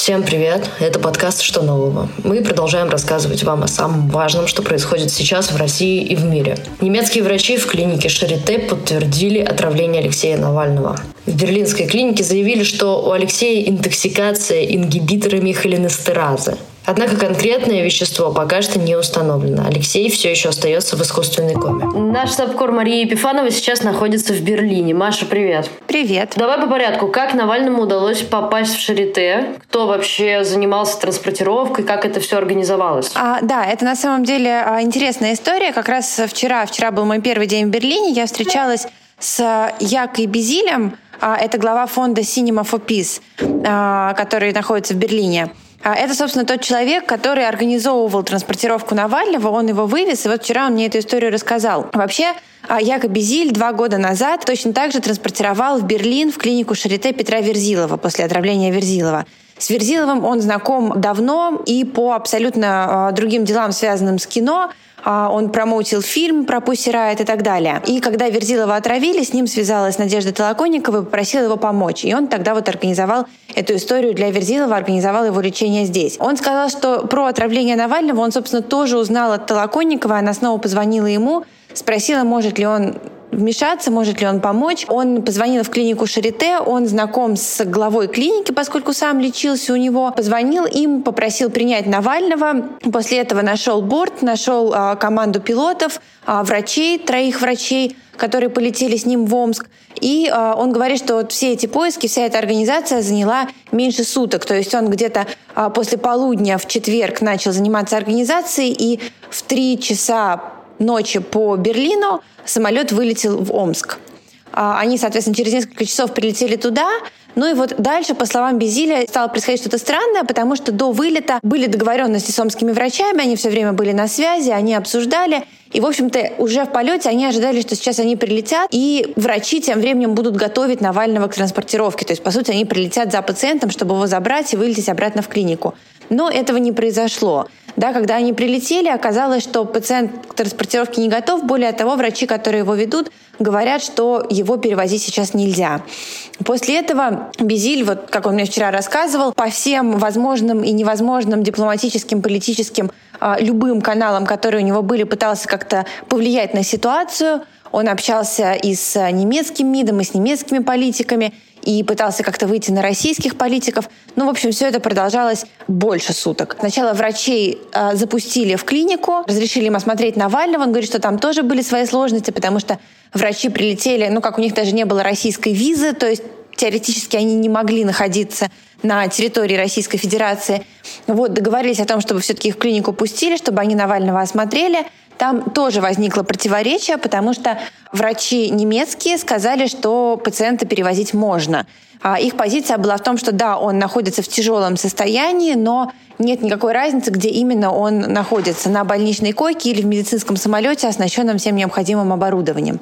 Всем привет! Это подкаст «Что нового?». Мы продолжаем рассказывать вам о самом важном, что происходит сейчас в России и в мире. Немецкие врачи в клинике Шарите подтвердили отравление Алексея Навального. В берлинской клинике заявили, что у Алексея интоксикация ингибиторами холинестеразы. Однако конкретное вещество пока что не установлено. Алексей все еще остается в искусственной коме. Наш штаб-кор Мария Епифанова сейчас находится в Берлине. Маша, привет. Привет. Давай по порядку. Как Навальному удалось попасть в Шарите? Кто вообще занимался транспортировкой? Как это все организовалось? Да, это на самом деле интересная история. Как раз вчера был мой первый день в Берлине. Я встречалась с Якой Безилем. Это глава фонда Cinema for Peace, который находится в Берлине. Это, собственно, тот человек, который организовывал транспортировку Навального, он его вывез, и вот вчера он мне эту историю рассказал. Вообще, Яко Безиль 2 года назад точно так же транспортировал в Берлин в клинику Шарите Петра Верзилова после отравления Верзилова. С Верзиловым он знаком давно и по абсолютно другим делам, связанным с кино. Он промоутил фильм про Пусси Райот и так далее. И когда Верзилова отравили, с ним связалась Надежда Толоконникова и попросила его помочь. И он тогда организовал эту историю для Верзилова, организовал его лечение здесь. Он сказал, что про отравление Навального он, собственно, тоже узнал от Толоконниковой. Она снова позвонила ему, спросила, может ли он вмешаться, может ли он помочь. Он позвонил в клинику Шарите, он знаком с главой клиники, поскольку сам лечился у него. Позвонил им, попросил принять Навального. После этого нашел борт, нашел команду пилотов, врачей, 3 врачей, которые полетели с ним в Омск. И он говорит, что все эти поиски, вся эта организация заняла меньше суток. То есть он где-то после полудня в четверг начал заниматься организацией, и в 3 часа ночи по Берлину самолет вылетел в Омск. Они, соответственно, через несколько часов прилетели туда. Ну и вот дальше, по словам Безиля, стало происходить что-то странное, потому что до вылета были договоренности с омскими врачами, они все время были на связи, они обсуждали. И, в общем-то, уже в полете они ожидали, что сейчас они прилетят, и врачи тем временем будут готовить Навального к транспортировке. То есть, по сути, они прилетят за пациентом, чтобы его забрать и вылететь обратно в клинику. Но этого не произошло. Да, когда они прилетели, оказалось, что пациент к транспортировке не готов. Более того, врачи, которые его ведут, говорят, что его перевозить сейчас нельзя. После этого Безиль, как он мне вчера рассказывал, по всем возможным и невозможным дипломатическим, политическим, любым каналам, которые у него были, пытался как-то повлиять на ситуацию. Он общался и с немецким МИДом, и с немецкими политиками, и пытался как-то выйти на российских политиков. В общем, все это продолжалось больше суток. Сначала врачей запустили в клинику, разрешили им осмотреть Навального. Он говорит, что там тоже были свои сложности, потому что врачи прилетели, как у них даже не было российской визы, то есть теоретически они не могли находиться на территории Российской Федерации. Договорились о том, чтобы все-таки их в клинику пустили, чтобы они Навального осмотрели. Там тоже возникло противоречие, потому что врачи немецкие сказали, что пациента перевозить можно. Их позиция была в том, что да, он находится в тяжелом состоянии, но нет никакой разницы, где именно он находится, на больничной койке или в медицинском самолете, оснащенном всем необходимым оборудованием.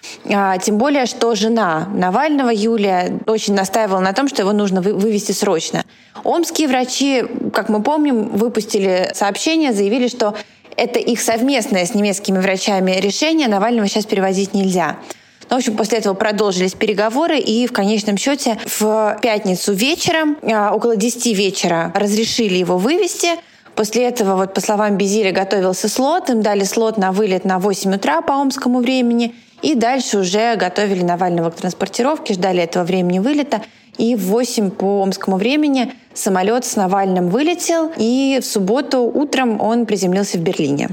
Тем более, что жена Навального, Юлия, очень настаивала на том, что его нужно вывезти срочно. Омские врачи, как мы помним, выпустили сообщение, заявили, что это их совместное с немецкими врачами решение, Навального сейчас перевозить нельзя. В общем, после этого продолжились переговоры, и в конечном счете в пятницу вечером, около 10 вечера, разрешили его вывезти. После этого, по словам Безиля, готовился слот, им дали слот на вылет на 8 утра по омскому времени, и дальше уже готовили Навального к транспортировке, ждали этого времени вылета. И в 8 по омскому времени самолет с Навальным вылетел, и в субботу утром он приземлился в Берлине.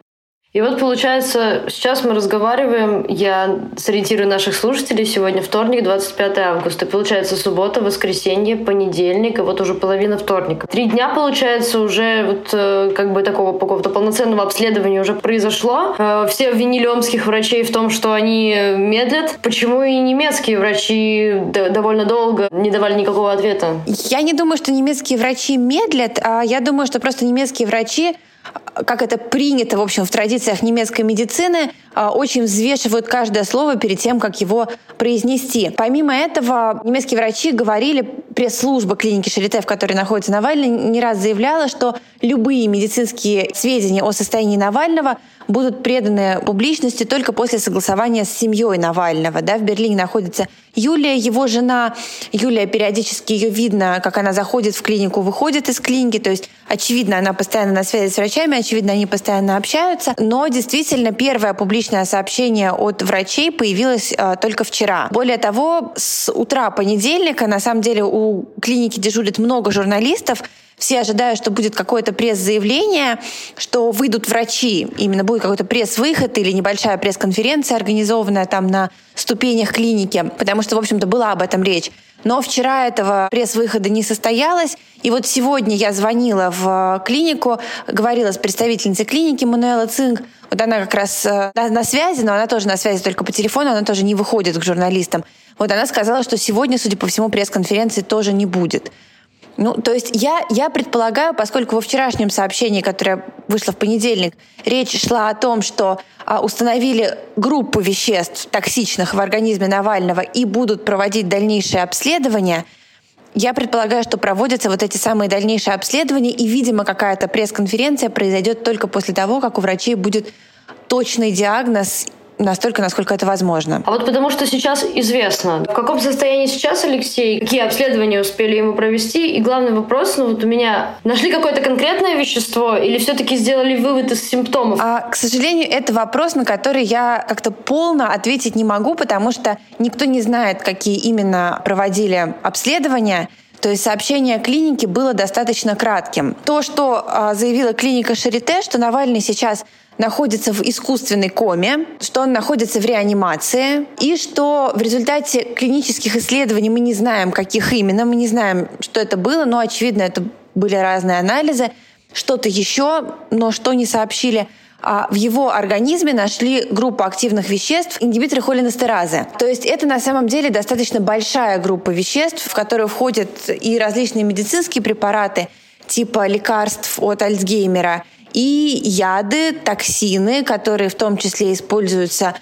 И получается, сейчас мы разговариваем, я сориентирую наших слушателей, сегодня вторник, 25 августа, получается суббота, воскресенье, понедельник, и уже половина вторника. 3 дня, получается, уже такого какого-то полноценного обследования уже произошло. Все обвинили омских врачей в том, что они медлят. Почему и немецкие врачи довольно долго не давали никакого ответа? Я не думаю, что немецкие врачи медлят, я думаю, что просто немецкие врачи, как это принято, в общем, в традициях немецкой медицины, очень взвешивают каждое слово перед тем, как его произнести. Помимо этого, немецкие врачи говорили, пресс-служба клиники Шарите, в которой находится Навальный, не раз заявляла, что любые медицинские сведения о состоянии Навального будут преданы публичности только после согласования с семьей Навального. Да, в Берлине находится Юлия, его жена. Юлия, периодически ее видно, как она заходит в клинику, выходит из клиники. То есть, очевидно, она постоянно на связи с врачами, очевидно, они постоянно общаются. Но действительно, первое публичное сообщение от врачей появилось только вчера. Более того, с утра понедельника, на самом деле, у клиники дежурит много журналистов. Все ожидают, что будет какое-то пресс-заявление, что выйдут врачи. Именно будет какой-то пресс-выход или небольшая пресс-конференция, организованная там на ступенях клиники, потому что, в общем-то, была об этом речь. Но вчера этого пресс-выхода не состоялось. И вот сегодня я звонила в клинику, говорила с представительницей клиники Мануэла Цинг. Вот она как раз на связи, но она тоже на связи только по телефону, она тоже не выходит к журналистам. Вот она сказала, что сегодня, судя по всему, пресс-конференции тоже не будет. Ну, то есть я предполагаю, поскольку во вчерашнем сообщении, которое вышло в понедельник, речь шла о том, что установили группу веществ токсичных в организме Навального и будут проводить дальнейшие обследования, я предполагаю, что проводятся вот эти самые дальнейшие обследования, и, видимо, какая-то пресс-конференция произойдет только после того, как у врачей будет точный диагноз, настолько, насколько это возможно. А вот потому что сейчас известно, в каком состоянии сейчас Алексей, какие обследования успели ему провести, и главный вопрос, вот у меня, нашли какое-то конкретное вещество или все-таки сделали вывод из симптомов? К сожалению, это вопрос, на который я как-то полно ответить не могу, потому что никто не знает, какие именно проводили обследования. То есть сообщение клиники было достаточно кратким. То, что заявила клиника Шарите, что Навальный сейчас находится в искусственной коме, что он находится в реанимации, и что в результате клинических исследований мы не знаем, каких именно, мы не знаем, что это было, но, очевидно, это были разные анализы, что-то еще, но что не сообщили. В его организме нашли группу активных веществ, ингибиторы холинестеразы. То есть это на самом деле достаточно большая группа веществ, в которую входят и различные медицинские препараты, типа лекарств от Альцгеймера, и яды, токсины, которые в том числе используются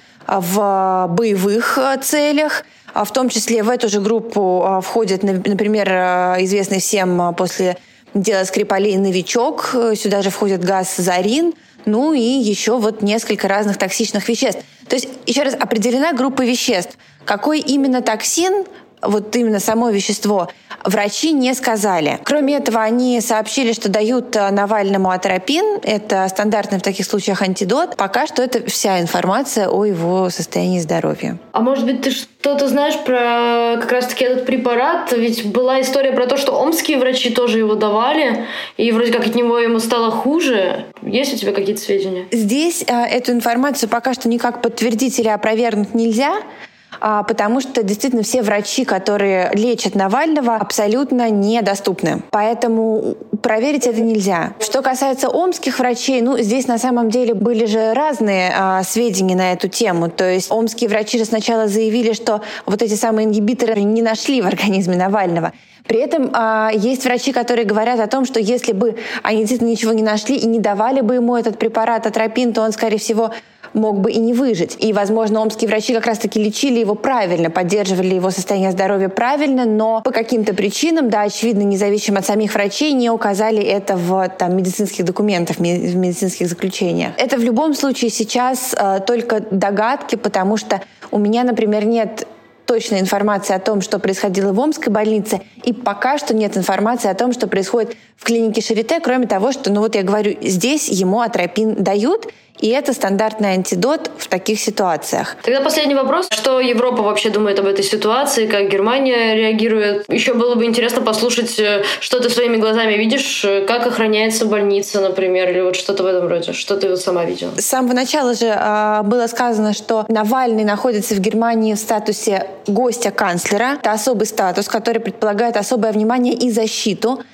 в боевых целях. В том числе в эту же группу входит, например, известный всем после дела Скрипалей «Новичок». Сюда же входит газ «Зарин». Ну и еще вот несколько разных токсичных веществ. То есть, еще раз, определена группа веществ. Какой именно токсин, вот именно само вещество, врачи не сказали. Кроме этого, они сообщили, что дают Навальному атропин. Это стандартный в таких случаях антидот. Пока что это вся информация о его состоянии здоровья. А может быть, ты что-то знаешь про как раз-таки этот препарат? Ведь была история про то, что омские врачи тоже его давали, и вроде как от него ему стало хуже. Есть у тебя какие-то сведения? Здесь эту информацию пока что никак подтвердить или опровергнуть нельзя, потому что действительно все врачи, которые лечат Навального, абсолютно недоступны. Поэтому проверить это нельзя. Что касается омских врачей, здесь на самом деле были же разные сведения на эту тему. То есть омские врачи же сначала заявили, что вот эти самые ингибиторы не нашли в организме Навального. При этом есть врачи, которые говорят о том, что если бы они действительно ничего не нашли и не давали бы ему этот препарат атропин, то он, скорее всего, мог бы и не выжить. И, возможно, омские врачи как раз-таки лечили его правильно, поддерживали его состояние здоровья правильно, но по каким-то причинам, да, очевидно, независимо от самих врачей, не указали это в медицинских документах, в медицинских заключениях. Это в любом случае сейчас только догадки, потому что у меня, например, нет точной информации о том, что происходило в Омской больнице, и пока что нет информации о том, что происходит в клинике Шарите, кроме того, что, я говорю, здесь ему атропин дают, и это стандартный антидот в таких ситуациях. Тогда последний вопрос. Что Европа вообще думает об этой ситуации? Как Германия реагирует? Еще было бы интересно послушать, что ты своими глазами видишь, как охраняется больница, например, или вот что-то в этом роде. Что ты сама видела? С самого начала же было сказано, что Навальный находится в Германии в статусе гостя канцлера. Это особый статус, который предполагает особое внимание и защиту.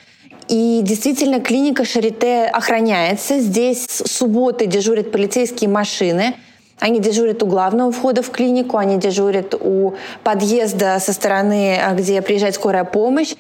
И действительно, клиника Шарите охраняется. Здесь с субботы дежурят полицейские машины. Они дежурят у главного входа в клинику, они дежурят у подъезда со стороны, где приезжает скорая помощь.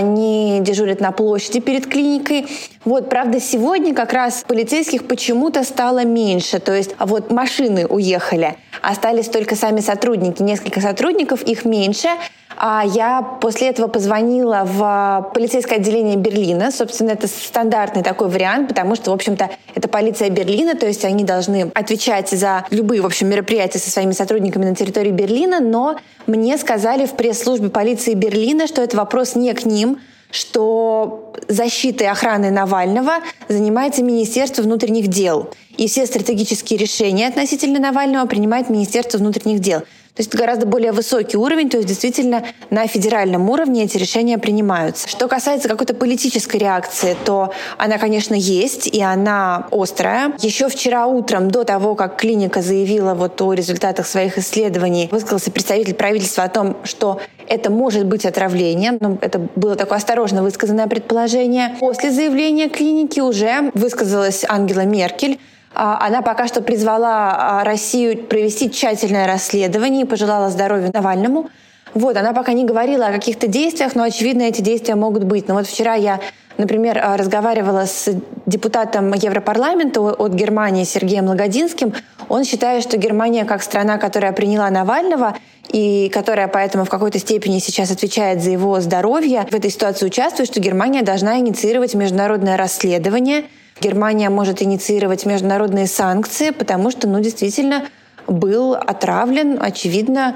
Они дежурят на площади перед клиникой. Правда, сегодня как раз полицейских почему-то стало меньше. То есть машины уехали. Остались только сами сотрудники. Несколько сотрудников, их меньше. Я после этого позвонила в полицейское отделение Берлина. Собственно, это стандартный такой вариант, потому что, в общем-то, это полиция Берлина, то есть они должны отвечать за любые, в общем, мероприятия со своими сотрудниками на территории Берлина, но мне сказали в пресс-службе полиции Берлина, что это вопрос не к ним, что защитой и охраной Навального занимается Министерство внутренних дел. И все стратегические решения относительно Навального принимает Министерство внутренних дел. То есть это гораздо более высокий уровень, то есть действительно на федеральном уровне эти решения принимаются. Что касается какой-то политической реакции, то она, конечно, есть, и она острая. Еще вчера утром, до того, как клиника заявила о результатах своих исследований, высказался представитель правительства о том, что это может быть отравление. Но это было такое осторожно высказанное предположение. После заявления клиники уже высказалась Ангела Меркель. Она пока что призвала Россию провести тщательное расследование и пожелала здоровья Навальному. Она пока не говорила о каких-то действиях, но, очевидно, эти действия могут быть. Но вчера я, например, разговаривала с депутатом Европарламента от Германии Сергеем Лагодинским. Он считает, что Германия, как страна, которая приняла Навального и которая поэтому в какой-то степени сейчас отвечает за его здоровье, в этой ситуации участвует, что Германия должна инициировать международное расследование. Германия может инициировать международные санкции, потому что, действительно, был отравлен, очевидно,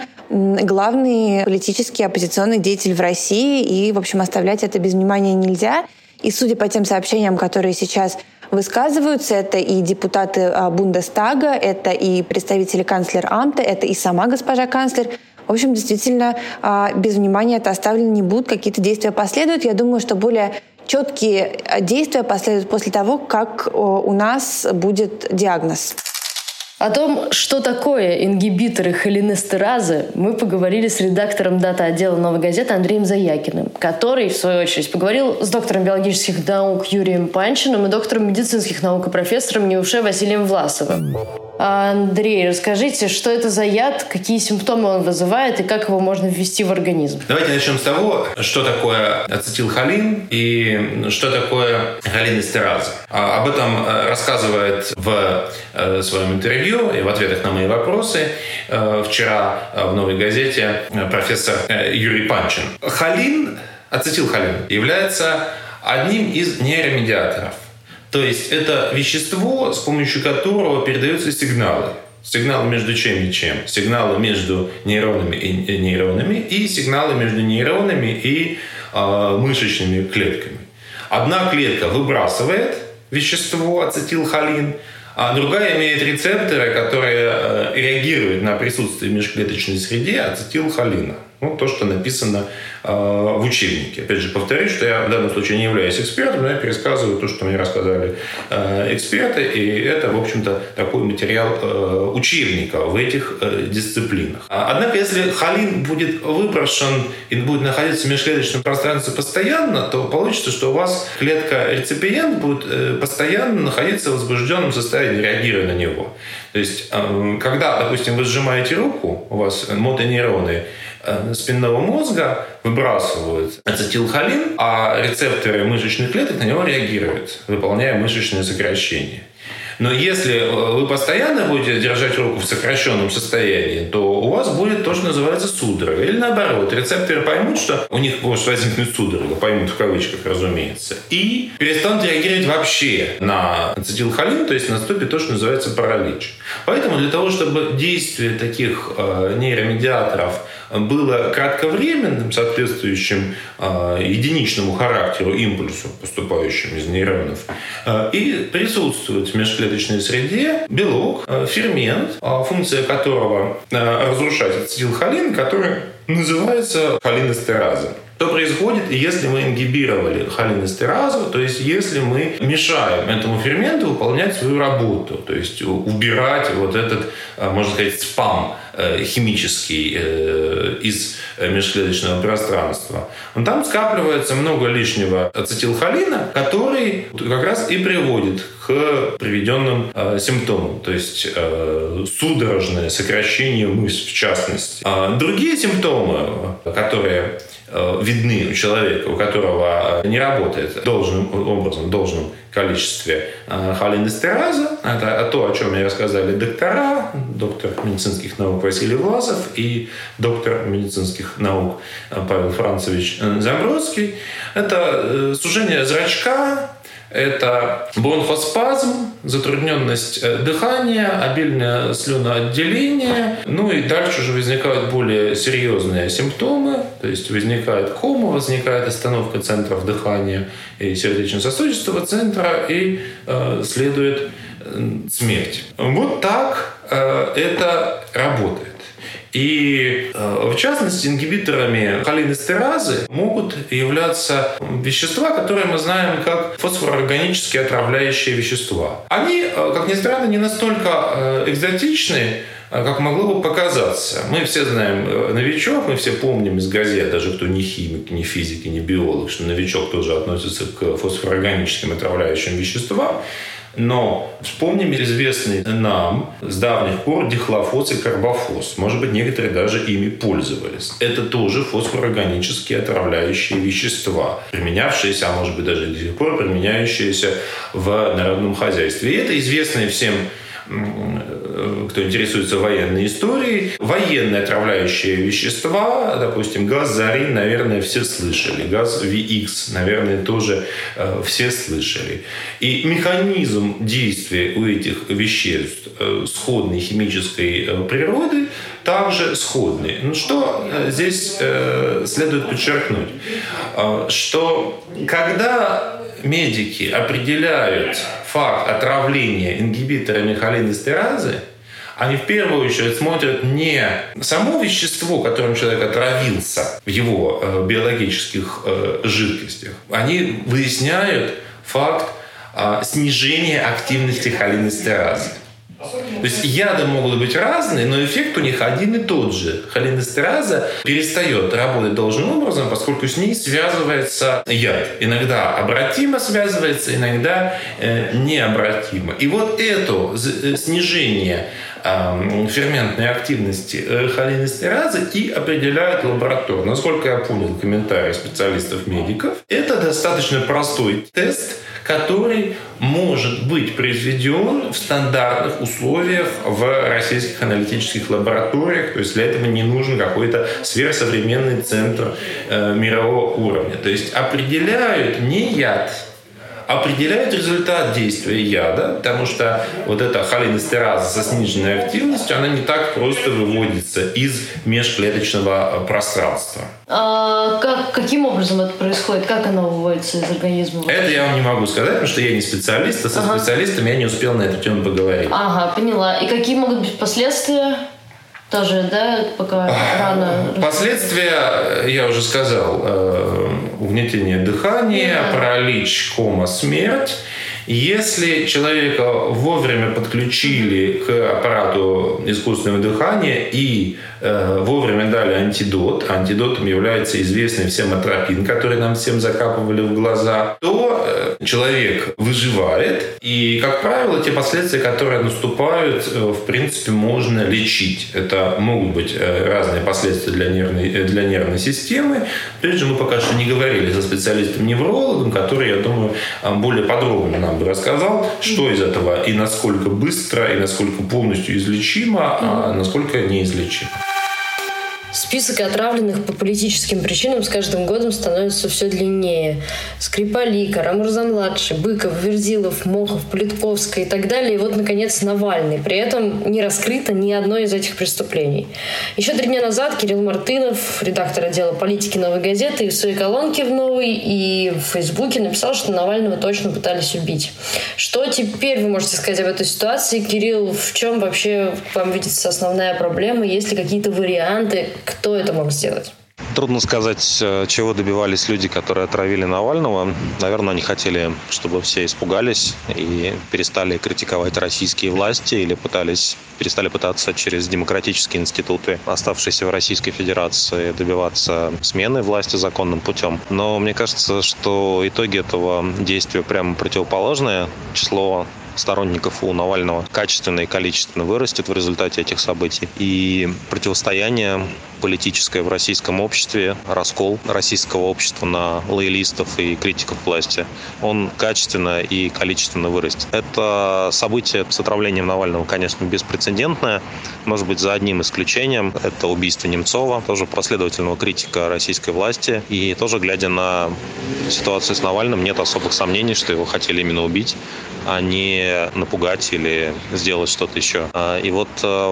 главный политический оппозиционный деятель в России, и, в общем, оставлять это без внимания нельзя. И судя по тем сообщениям, которые сейчас высказываются, это и депутаты Бундестага, это и представители канцлер-амта, это и сама госпожа канцлер. В общем, действительно, без внимания это оставлено не будут, какие-то действия последуют. Я думаю, что более четкие действия последуют после того, как у нас будет диагноз. О том, что такое ингибиторы холинестеразы, мы поговорили с редактором дата-отдела «Новой газеты» Андреем Заякиным, который, в свою очередь, поговорил с доктором биологических наук Юрием Панчиным и доктором медицинских наук и профессором НИУШ Василием Власовым. Андрей, расскажите, что это за яд, какие симптомы он вызывает и как его можно ввести в организм? Давайте начнем с того, что такое ацетилхолин и что такое холинестераза. Об этом рассказывает в своем интервью и в ответах на мои вопросы вчера в «Новой газете» профессор Юрий Панчин. Ацетилхолин является одним из нейромедиаторов. То есть это вещество, с помощью которого передаются сигналы. Сигналы между чем и чем? Сигналы между нейронами и нейронами и сигналы между нейронами и мышечными клетками. Одна клетка выбрасывает вещество ацетилхолин, а другая имеет рецепторы, которые реагируют на присутствие в межклеточной среде ацетилхолина. То, что написано в учебнике. Опять же, повторюсь, что я в данном случае не являюсь экспертом, но я пересказываю то, что мне рассказали эксперты, и это, в общем-то, такой материал учебника в этих дисциплинах. Однако, если холин будет выброшен и будет находиться в межклеточном пространстве постоянно, то получится, что у вас клетка-реципиент будет постоянно находиться в возбужденном состоянии, реагируя на него. То есть, когда, допустим, вы сжимаете руку, у вас мотонейроны спинного мозга выбрасывают ацетилхолин, а рецепторы мышечных клеток на него реагируют, выполняя мышечные сокращения. Но если вы постоянно будете держать руку в сокращенном состоянии, то у вас будет то, что называется судорога. Или наоборот, рецепторы поймут, что у них может возникнуть судорога, поймут в кавычках, разумеется, и перестанут реагировать вообще на ацетилхолин, то есть наступит то, что называется паралич. Поэтому для того, чтобы действие таких нейромедиаторов было кратковременным, соответствующим единичному характеру импульсу, поступающему из нейронов, и присутствует в межклеточной среде белок, фермент, функция которого разрушать ацетилхолин, который называется холинестераза. Что происходит, если мы ингибировали холинестеразу, то есть если мы мешаем этому ферменту выполнять свою работу, то есть убирать этот, можно сказать, спам химический из межклеточного пространства. Там скапливается много лишнего ацетилхолина, который как раз и приводит к приведенным симптомам, то есть судорожное сокращение мышц в частности. Другие симптомы, которые видны у человека, у которого не работает должным образом, в должном количестве холинэстераза. Это то, о чем мне рассказали доктора, доктор медицинских наук Василий Власов и доктор медицинских наук Павел Францевич Замбродский. Это сужение зрачка, это бронхоспазм, затрудненность дыхания, обильное слюноотделение. Ну и дальше уже возникают более серьезные симптомы. То есть возникает кома, возникает остановка центров дыхания и сердечно-сосудистого центра, и следует смерть. Вот так это работает. И, в частности, ингибиторами холинэстеразы могут являться вещества, которые мы знаем как фосфорорганические отравляющие вещества. Они, как ни странно, не настолько экзотичны, как могло бы показаться. Мы все знаем новичок, мы все помним из газет, даже кто не химик, не физик, не биолог, что новичок тоже относится к фосфорорганическим отравляющим веществам. Но вспомним известный нам с давних пор дихлофос и карбофос. Может быть, некоторые даже ими пользовались. Это тоже фосфорорганические отравляющие вещества, применявшиеся, а может быть даже до сих пор применяющиеся в народном хозяйстве. И это известные всем, кто интересуется военной историей, военные отравляющие вещества, допустим, газ Зарин, наверное, все слышали, газ VX, наверное, тоже все слышали. И механизм действия у этих веществ сходной химической природы также сходный. Ну, что здесь следует подчеркнуть? Что когда медики определяют факт отравления ингибиторами холинэстеразы, они в первую очередь смотрят не само вещество, которым человек отравился в его биологических жидкостях. Они выясняют факт снижения активности холинэстеразы. То есть яды могут быть разные, но эффект у них один и тот же. Холинэстераза перестает работать должным образом, поскольку с ней связывается яд. Иногда обратимо связывается, иногда необратимо. И вот это снижение ферментной активности холинэстеразы и определяют лабораторно. Насколько я понял комментарии специалистов-медиков, это достаточно простой тест, который может быть произведен в стандартных условиях в российских аналитических лабораториях. То есть для этого не нужен какой-то сверхсовременный центр мирового уровня. То есть определяют не яд, определяют результат действия яда, потому что вот эта холинэстераза со сниженной активностью, она не так просто выводится из межклеточного пространства. Каким образом это происходит? Как она выводится из организма? Это я вам не могу сказать, потому что я не специалист, а со специалистами я не успел на эту тему поговорить. Ага, поняла. И какие могут быть последствия? Тоже, да, пока рано. Последствия, я уже сказал, угнетение дыхания, паралич, кома, смерть. Если человека вовремя подключили к аппарату искусственного дыхания и вовремя дали антидот, антидотом является известный всем атропин, который нам всем закапывали в глаза, то человек выживает. И, как правило, те последствия, которые наступают, в принципе, можно лечить. Это могут быть разные последствия для нервной системы. Прежде же мы пока что не говорили со специалистом-неврологом, который, я думаю, более подробно нам бы рассказал, что из этого и насколько быстро, и насколько полностью излечимо, а насколько неизлечимо. Список отравленных по политическим причинам с каждым годом становится все длиннее. Скрипали, Карамурза-младший, Быков, Верзилов, Мохов, Политковская и так далее. И вот, наконец, Навальный. При этом не раскрыто ни одно из этих преступлений. Еще 3 дня назад Кирилл Мартынов, редактор отдела политики «Новой газеты», в своей колонке в «Новой» и в Фейсбуке написал, что Навального точно пытались убить. Что теперь вы можете сказать об этой ситуации? Кирилл, в чем вообще вам видится основная проблема? Есть ли какие-то варианты? Кто это мог сделать? Трудно сказать, чего добивались люди, которые отравили Навального. Наверное, они хотели, чтобы все испугались и перестали критиковать российские власти или перестали пытаться через демократические институты, оставшиеся в Российской Федерации, добиваться смены власти законным путем. Но мне кажется, что итоги этого действия прямо противоположные. Число сторонников у Навального качественно и количественно вырастет в результате этих событий. И противостояние политическое в российском обществе, раскол российского общества на лоялистов и критиков власти, он качественно и количественно вырастет. Это событие с отравлением Навального, конечно, беспрецедентное, может быть, за одним исключением. Это убийство Немцова, тоже последовательного критика российской власти. И тоже, глядя на ситуацию с Навальным, нет особых сомнений, что его хотели именно убить, а не напугать или сделать что-то еще. И вот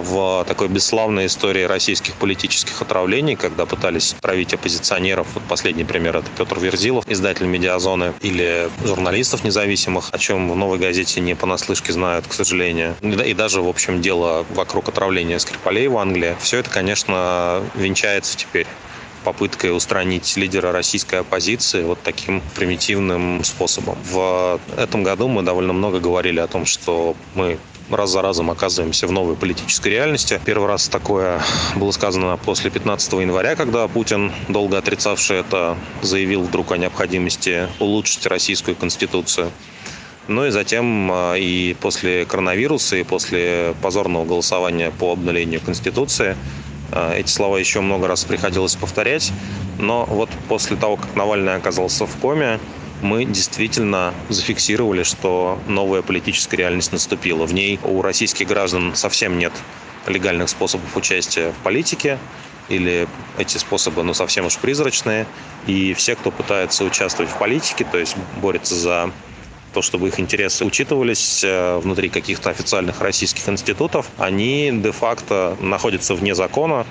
в такой бесславной истории российских политических отравлений, когда пытались травить оппозиционеров, вот последний пример — это Петр Верзилов, издатель «Медиазоны», или журналистов независимых, о чем в «Новой газете» не понаслышке знают, к сожалению. И даже, в общем, дело вокруг отравления Скрипалей в Англии. Все это, конечно, венчается теперь попыткой устранить лидера российской оппозиции вот таким примитивным способом. В этом году мы довольно много говорили о том, что мы раз за разом оказываемся в новой политической реальности. Первый раз такое было сказано после 15 января, когда Путин, долго отрицавший это, заявил вдруг о необходимости улучшить российскую конституцию. Ну и затем и после коронавируса, и после позорного голосования по обновлению Конституции эти слова еще много раз приходилось повторять. Но вот после того, как Навальный оказался в коме, мы действительно зафиксировали, что новая политическая реальность наступила. В ней у российских граждан совсем нет легальных способов участия в политике, или эти способы совсем уж призрачные. И все, кто пытается участвовать в политике, то есть борется за то, чтобы их интересы учитывались внутри каких-то официальных российских институтов, они де-факто находятся вне закона,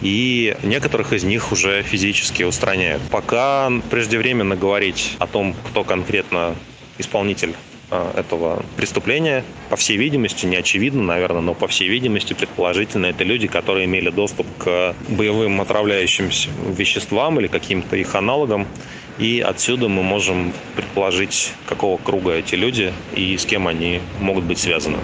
и некоторых из них уже физически устраняют. Пока преждевременно говорить о том, кто конкретно исполнитель этого преступления. По всей видимости, не очевидно, наверное, но по всей видимости, предположительно, это люди, которые имели доступ к боевым отравляющим веществам или каким-то их аналогам. И отсюда мы можем предположить, какого круга эти люди и с кем они могут быть связаны.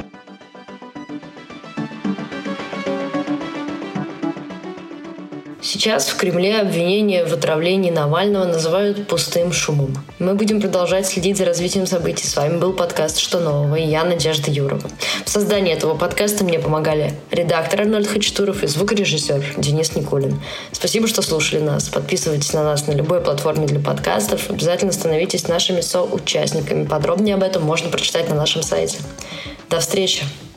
Сейчас в Кремле обвинения в отравлении Навального называют пустым шумом. Мы будем продолжать следить за развитием событий. С вами был подкаст «Что нового?» и я, Надежда Юрова. В создании этого подкаста мне помогали редактор Арнольд Хачатуров и звукорежиссер Денис Никулин. Спасибо, что слушали нас. Подписывайтесь на нас на любой платформе для подкастов. Обязательно становитесь нашими соучастниками. Подробнее об этом можно прочитать на нашем сайте. До встречи!